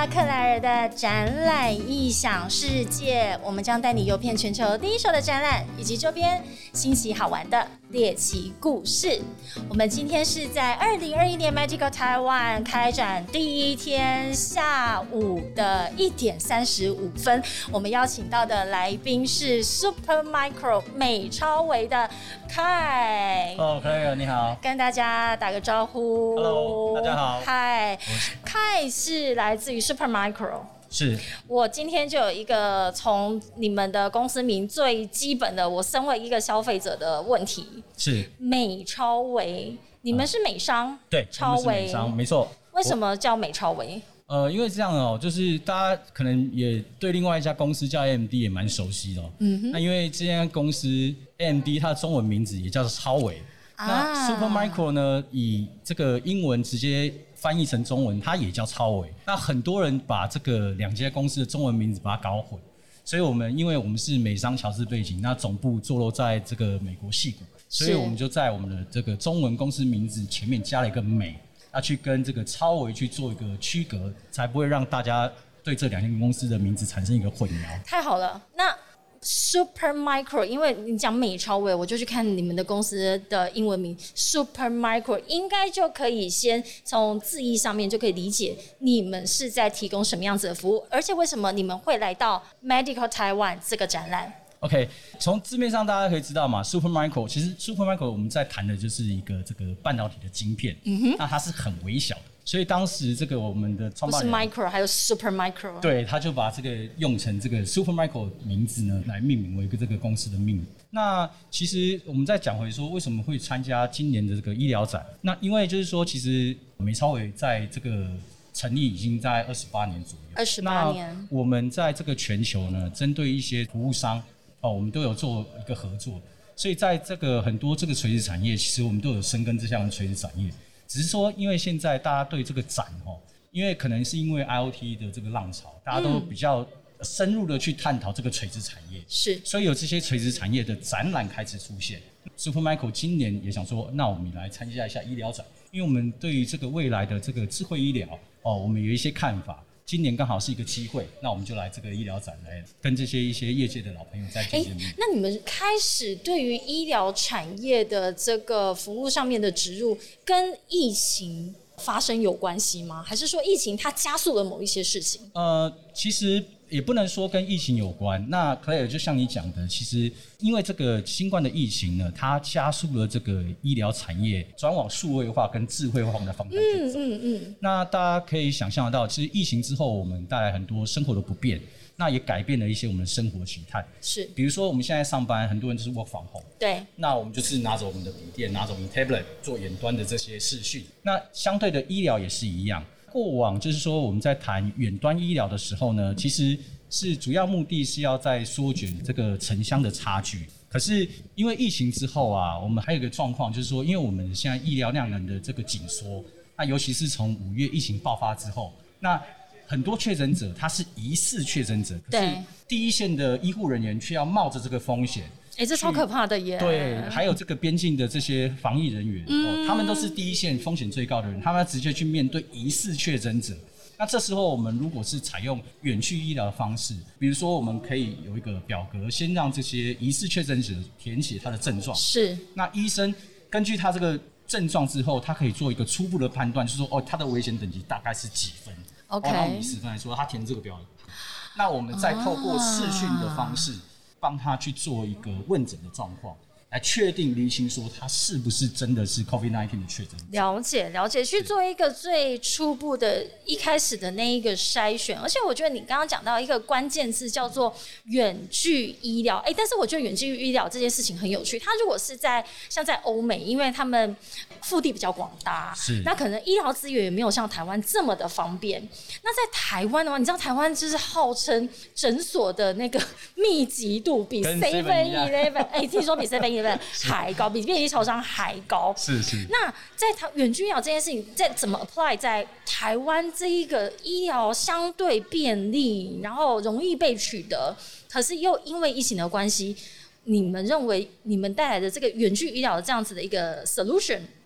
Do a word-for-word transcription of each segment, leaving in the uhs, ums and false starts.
到克莱尔的展览异想世界，我们将带你游遍全球第一手的展览以及周边新奇好玩的猎奇故事。我们今天是在二零二一年 Magical Taiwan 开展第一天下午的一点三十五分，我们邀请到的来宾是 Super Micro 美超微的凯。 Hello， 克莱尔你好， 跟大家打个招呼。 Hello， 大家好。 嗨，凯是来自于 Super Micro。 是， 我今天就有一个从你们的公司名最基本的，我身为一个消费者的问题。 是美超微，你们是美商？ 嗯、对， 超微美商没错。 为什么叫美超微？ 呃，因为这样哦，就是大家可能也对另外一家公司叫 A M D 也蛮熟悉的、哦。嗯哼。那因为这家公司 A M D 它的中文名字也叫做超微。啊、那 Super Micro 呢，以这个英文直接翻译成中文，它也叫超微。那很多人把这个两家公司的中文名字把它搞混，所以我们因为我们是美商乔治背景，那总部坐落在这个美国矽谷，所以我们就在我们的这个中文公司名字前面加了一个美，要去跟这个超微去做一个区隔，才不会让大家对这两间公司的名字产生一个混淆。 太好了，那 Super Micro， 因为你讲美超微，我就去看你们的公司的英文名 Super Micro， 应该就可以先从字义上面就可以理解你们是在提供什么样子的服务，而且为什么你们会来到 Medical Taiwan 这个展览。 OK， 从字面上大家可以知道嘛 ，Super Micro 其实 Super Micro 我们在谈的就是一个这个半导体的晶片，嗯哼，那它是很微小的，所以当时这个我们的创办人不是 Micro 还有 Super Micro， 对，他就把这个用成这个 Super Micro 名字呢来命名为一个这个公司的命名。那其实我们再讲回说为什么会参加今年的这个医疗展，那因为就是说其实美超微在这个成立已经在二十八年左右， 二十八年， 我们在这个全球呢，针对一些服务商。哦，我们都有做一个合作，所以在这个很多这个垂直产业，其实我们都有深耕这项垂直产业。只是说，因为现在大家对这个展哦，因为可能是因为 I O T 的这个浪潮，大家都比较深入的去探讨这个垂直产业， 是， 所以有这些垂直产业的展览开始出现。Super Micro 今年也想说，那我们来参加一下医疗展，因为我们对于这个未来的这个智慧医疗哦，我们有一些看法。今年刚好是一个机会，那我们就来这个医疗展来跟这些一些业界的老朋友再见见面。 那你们开始对于医疗产业的这个服务上面的植入，跟疫情发生有关系吗？还是说疫情它加速了某一些事情？ 呃，其实也不能说跟疫情有关。那 Claire 就像你讲的，其实因为这个新冠的疫情呢，它加速了这个医疗产业转往数位化跟智慧化的方向去走。嗯嗯嗯。那大家可以想象得到，其实疫情之后，我们带来很多生活的不便，那也改变了一些我们的生活形态。 是。 比如说我们现在上班，很多人就是 work from home。 对。 那我们就是拿着我们的笔电，拿着我们 tablet 做远端的这些视讯。那相对的医疗也是一样。过往就是说我们在谈远端医疗的时候呢，其实是主要目的是要在缩减这个城乡的差距。可是因为疫情之后啊，我们还有一个状况就是说，因为我们现在医疗量能的这个紧缩，那尤其是从五月疫情爆发之后，那很多确诊者他是疑似确诊者，可是第一线的医护人员却要冒着这个风险。 哎、欸，这超可怕的耶！ 对，还有这个边境的这些防疫人员、嗯哦，他们都是第一线风险最高的人，他们要直接去面对疑似确诊者。那这时候我们如果是采用远距医疗的方式，比如说我们可以有一个表格，先让这些疑似确诊者填写他的症状， 是。 那医生根据他这个症状之后，他可以做一个初步的判断，就是说哦，他的危险等级大概是几分 ？OK。 哦，以十分来说，他填这个表格，那我们再透过视讯的方式。啊帮他去做一个问诊的状况，来确定厘清说他是不是真的是 COVID 十九 的确诊。 了解了解，去做一个最初步的一开始的那一个筛选。而且我觉得你刚刚讲到一个关键字叫做远距医疗，哎，但是我觉得远距医疗这件事情很有趣。它如果是在像在欧美，因为他们腹地比较广大， 是那可能医疗资源也没有像台湾这么的方便。那在台湾的话，你知道台湾就是号称诊所的那个密集度比 seven eleven， 哎，听说比 seven eleven 还高，比便利超商还高。 是是。 那在台远距医疗这件事情，在怎么 apply 在台湾这一个医疗相对便利，然后容易被取得，可是又因为疫情的关系，你们认为你们带来的这个远距医疗的这样子的一个 solution，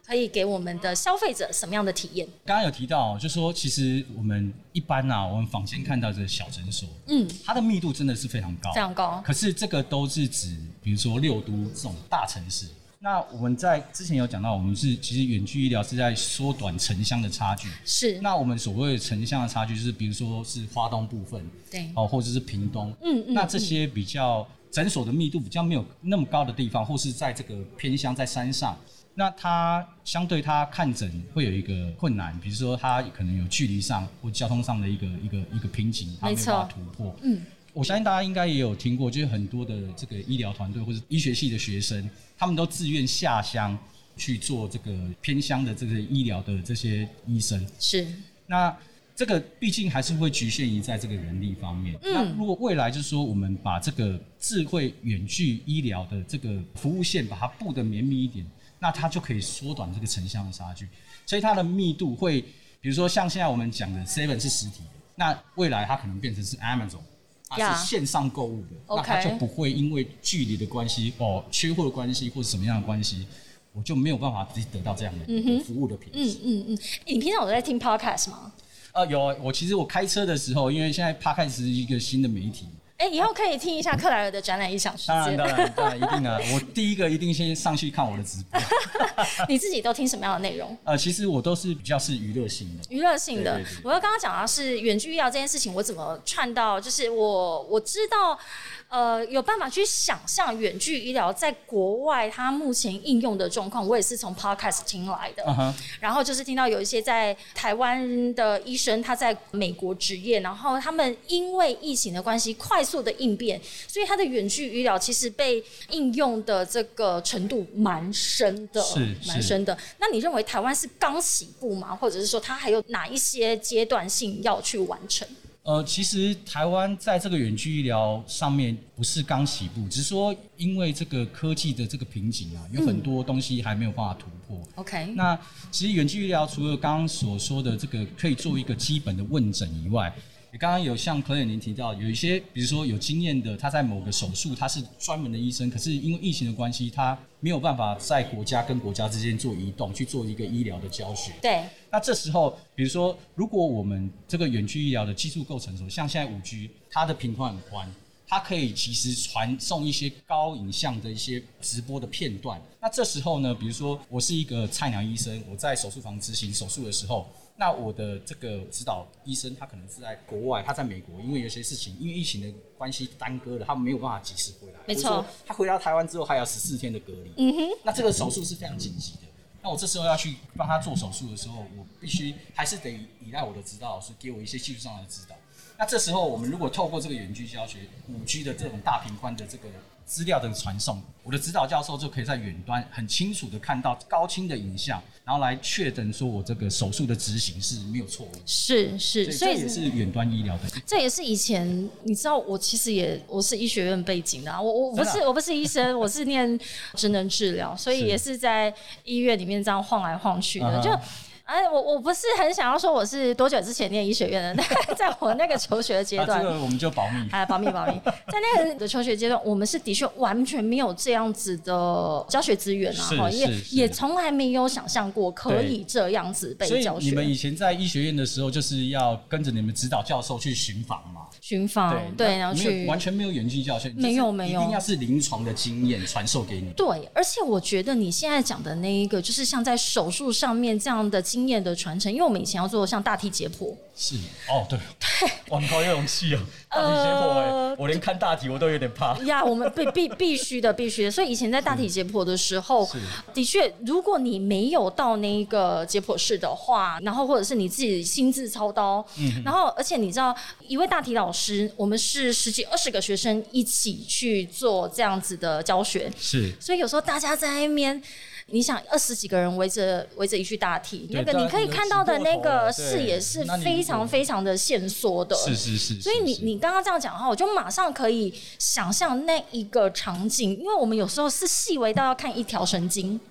可以给我们的消费者什么样的体验？ 刚刚有提到，就说其实我们一般啊，我们坊间看到这个小诊所，嗯，它的密度真的是非常高， 非常高。可是这个都是指，比如说六都这种大城市。那我们在之前有讲到，我们是其实远距医疗是在缩短城乡的差距。 是。 那我们所谓的城乡的差距，就是比如说是花东部分， 对， 哦，或者是屏东，嗯嗯，那这些比较诊所的密度比较没有那么高的地方，或是在这个偏乡在山上，那它相对它看诊会有一个困难，比如说它可能有距离上或交通上的一个一个一个瓶颈，它没有办法突破。嗯。我相信大家应该也有听过，就是很多的这个医疗团队或者医学系的学生，他们都自愿下乡去做这个偏乡的这个医疗的这些医生。 是， 那这个毕竟还是会局限于在这个人力方面。嗯、那如果未来就是说我们把这个智慧远距医疗的这个服务线把它布得绵密一点，那它就可以缩短这个城乡的差距。所以它的密度会，比如说像现在我们讲的 Seven 是实体的，那未来它可能变成是 Amazon。它是线上购物的， yeah. 那它就不会因为距离的关系、哦缺货的关系或者什么样的关系，我就没有办法自己得到这样的服务的品质。 嗯嗯嗯。欸、你平常有在听 podcast 吗？ 呃，有。我其实我开车的时候，因为现在 podcast 是一个新的媒体。 哎、欸，以后可以听一下克莱尔的展览异想世界。 当然，当然，当然，一定啊！我第一个一定先上去看我的直播。 你自己都听什么样的内容？ 呃，其实我都是比较是娱乐性的。 娱乐性的。 对对对， 我要刚刚讲的是远距医疗这件事情，我怎么串到？就是我我知道。呃，有办法去想象远距医疗在国外它目前应用的状况，我也是从 podcast 听来的。Uh-huh. 然后就是听到有一些在台湾的医生他在美国执业，然后他们因为疫情的关系快速的应变，所以他的远距医疗其实被应用的这个程度蛮深的， 是蛮深的。那你认为台湾是刚起步吗？或者是说它还有哪一些阶段性要去完成？ 呃，其实台湾在这个远距医疗上面不是刚起步，只是说因为这个科技的这个瓶颈啊，有很多东西还没有办法突破。 OK，、嗯、 那其实远距医疗除了刚刚所说的这个可以做一个基本的问诊以外，也刚刚有像克莱尔您提到，有一些比如说有经验的，他在某个手术他是专门的医生，可是因为疫情的关系，他没有办法在国家跟国家之间做移动，去做一个医疗的教学。 对。 那这时候，比如说，如果我们这个远距医疗的技术够成熟，像现在 五 G， 它的频宽很宽，它可以其实传送一些高影像的一些直播的片段。那这时候呢，比如说我是一个菜鸟医生，我在手术房执行手术的时候，那我的这个指导医生他可能是在国外，他在美国，因为有些事情因为疫情的关系耽搁了，他没有办法及时回来。 没错， 他回到台湾之后还有十四天的隔离。嗯哼，那这个手术是非常紧急的。那我这时候要去帮他做手术的时候，我必须还是得依赖我的指导老师给我一些技术上的指导。那这时候我们如果透过这个远距教学 五 G 的这种大频宽的这个资料的传送，我的指导教授就可以在远端很清楚的看到高清的影像，然后来确认说我这个手术的执行是没有错误。 是是， 所以这也是远端医疗的。 这也是以前你知道，我其实也我是医学院背景的、啊，我我不是我不是医生，我是念职能治疗，所以也是在医院里面这样晃来晃去的， uh-huh. 就。哎，我我不是很想要说我是多久之前念医学院的，但在我那个求学阶段， 啊、这个我们就保密， 哎，保密保密。在那个的求学阶段，我们是的确完全没有这样子的教学资源啊，也也从来没有想象过可以这样子被教学。 所以你们以前在医学院的时候，就是要跟着你们指导教授去巡访嘛？ 巡访 对, 对，然后去完全没有远距教学， 没有没有， 一定要是临床的经验传授给你。 对，而且我觉得你现在讲的那一个，就是像在手术上面这样的经验的传承。因为我们以前要做像大体解剖， 是哦，对对，哇，你好有勇气哦，大体解剖哎、呃，我连看大体我都有点怕呀。我们必必必须的，必须的。所以以前在大体解剖的时候，的确，如果你没有到那个解剖室的话，然后或者是你自己亲自操刀，嗯，然后而且你知道，一位大体老师，我们是十几二十个学生一起去做这样子的教学， 是， 所以有时候大家在那边。你想二十几个人围着围着一具大体，那个你可以看到的那个视野是非常非常的限缩的， 是是是。 所以你你刚刚这样讲的话，我就马上可以想象那一个场景，因为我们有时候是细微到要看一条神经， 对。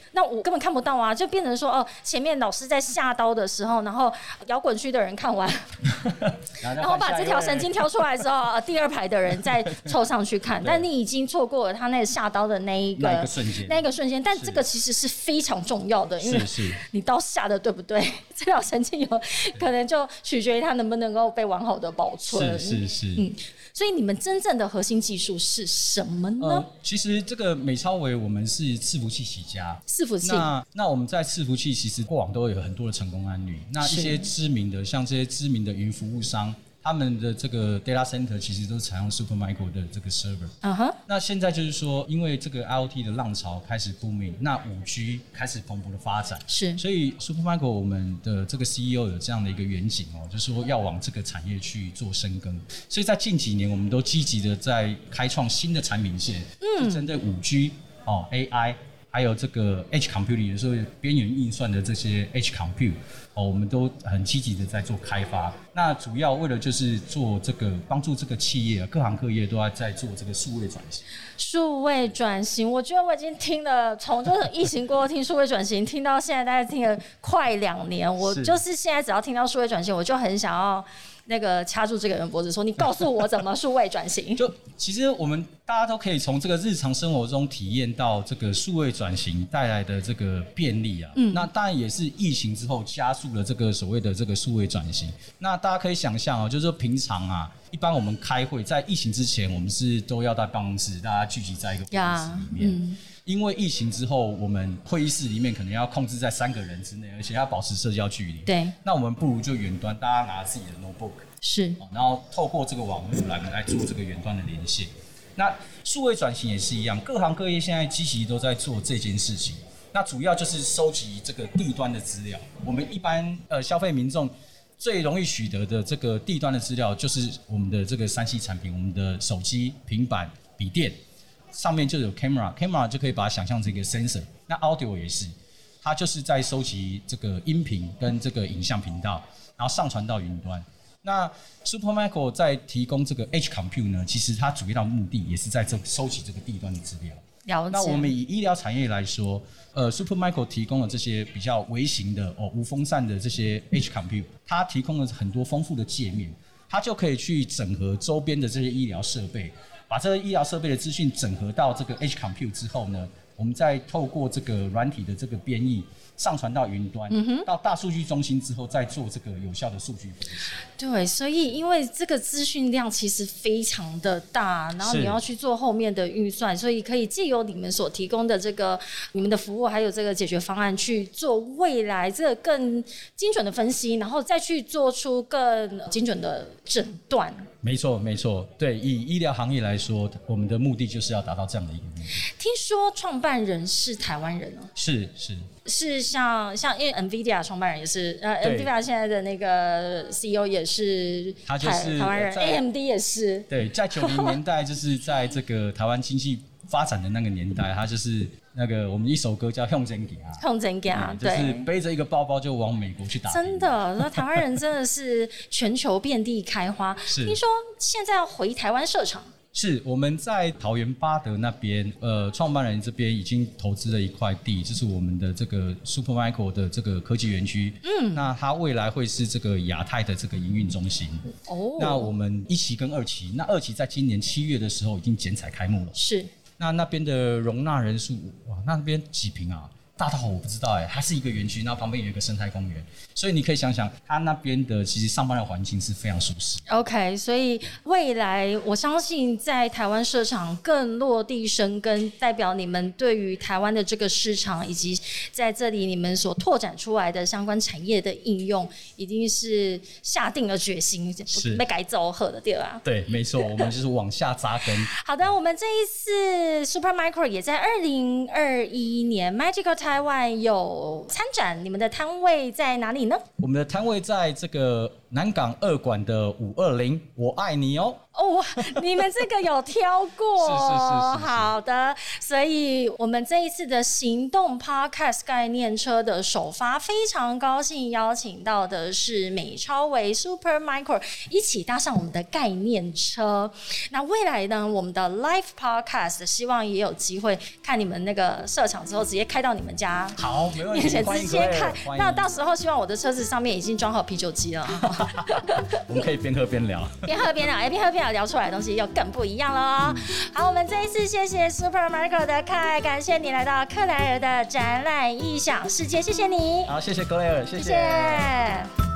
那我根本看不到啊，就变成说哦，前面老师在下刀的时候，然后摇滚区的人看完，然后把这条神经挑出来之后，第二排的人再凑上去看，但你已经错过了他那个下刀的那一个那一个瞬间， 那一个瞬间。但这个其实是非常重要的，因为你刀下的对不对？这条神经有可能就取决于它能不能够被完好的保存。 是是是，嗯。 所以你们真正的核心技术是什么呢？呃、 其实这个美超微我们是伺服器起家， 伺服器。 那那我们在伺服器其实过往都有很多的成功案例。那一些知名的，像这些知名的云服务商，他们的这个 data center 其实都采用 Supermicro 的这个 server。嗯哼。那现在就是说，因为这个 I O T 的浪潮开始 booming， 那五 G 开始蓬勃的发展， 是。 所以 Supermicro 我们的这个 C E O 有这样的一个远景哦，就是说要往这个产业去做深耕。所以在近几年，我们都积极的在开创新的产品线，嗯，针对五 G 哦 A I。还有这个 Edge Computing， 有时候边缘运算的这些 Edge Compute， 哦，我们都很积极的在做开发。那主要为了就是做这个帮助这个企业，各行各业都要在做这个数位转型。 数位转型，我觉得我已经听了，从就是疫情过后听数位转型，听到现在大概听了快两年。我就是现在只要听到数位转型，我就很想要。那个掐住这个人脖子说：“你告诉我怎么数位转型？” 就其实我们大家都可以从这个日常生活中体验到这个数位转型带来的这个便利啊。嗯，那当然也是疫情之后加速了这个所谓的这个数位转型。那大家可以想象哦，就是说平常啊，一般我们开会在疫情之前，我们是都要在办公室，大家聚集在一个会议室里面。嗯，因为疫情之后，我们会议室里面可能要控制在三个人之内，而且要保持社交距离。 对， 那我们不如就远端，大家拿自己的 notebook， 是， 然后透过这个网络来来做这个远端的连线。那数位转型也是一样，各行各业现在积极都在做这件事情。那主要就是收集这个地端的资料。我们一般呃消费民众最容易取得的这个地端的资料，就是我们的这个三 C 产品，我们的手机、平板、笔电。上面就有 camera，camera 就可以把它想象成一个 sensor。那 audio 也是，它就是在收集这个音频跟这个影像频道，然后上传到云端。那 Supermicro 在提供这个 Edge Compute 呢，其实它主要的目的也是在这收集这个地端的资料。 了解。 那我们以医疗产业来说，呃 ，Supermicro 提供了这些比较微型的哦无风扇的这些 Edge Compute， 它提供了很多丰富的界面，它就可以去整合周边的这些医疗设备。把这个医疗设备的资讯整合到这个 Edge Compute 之后呢，我们再透过这个软体的这个编译上传到云端，嗯、到大数据中心之后再做这个有效的数据分析。 对，所以因为这个资讯量其实非常的大，然后你要去做后面的运算，所以可以借由你们所提供的这个你们的服务还有这个解决方案去做未来这个更精准的分析，然后再去做出更精准的诊断。 没错，没错，对，以医疗行业来说，我们的目的就是要达到这样的一个目的。 听说创办人是台湾人哦？ 是是是像像因为 NVIDIA 创办人也是，呃 NVIDIA 现在的那个 C E O 也是台，他就是台湾人 ，A M D 也是。 对，在九零年代，就是在这个台湾经济发展的那个年代，他就是那个我们一首歌叫《向前行》啊， 向前行， 对，就是背着一个包包就往美国去打。 真的，那台湾人真的是全球遍地开花。听说现在要回台湾设厂。 是我们在桃园八德那边，呃，创办人这边已经投资了一块地，就是我们的这个 Supermicro 的这个科技园区。嗯，那它未来会是这个亚太的这个营运中心。哦，那我们一期跟二期，那二期在今年七月的时候已经剪彩开幕了。 是， 那那边的容纳人数，哇，那边几坪啊？大到我不知道哎、欸，它是一个园区，然后旁边有一个生态公园，所以你可以想想，它那边的其实上班的环境是非常舒适。 OK， 所以未来我相信在台湾市场更落地生根，代表你们对于台湾的这个市场以及在这里你们所拓展出来的相关产业的应用，一定是下定了决心，是被改走后的对吧？ 对，没错，我们就是往下扎根。 好的，我们这一次 Supermicro 也在二零二一年 Magical Time台湾有参展，你们的摊位在哪里呢？ 我们的摊位在这个南港二馆的五二零，我爱你哦。 哦，你们这个有挑过， 是是是是是， 好的。 所以我们这一次的行动 Podcast 概念车的首发，非常高兴邀请到的是美超微 Super Micro 一起搭上我们的概念车。那未来呢，我们的 Live Podcast 希望也有机会看你们那个设场之后，直接开到你们家， 好，没问题， 直接看。那到时候希望我的车子上面已经装好啤酒机了， 我们可以边喝边聊， 边喝边聊，哎，边喝边聊聊出来的东西又更不一样了。嗯、好，我们这一次谢谢 Super Micro 的凯，感谢你来到克莱尔的展览异想世界，谢谢你。 好，谢谢格雷尔，谢谢。 谢谢。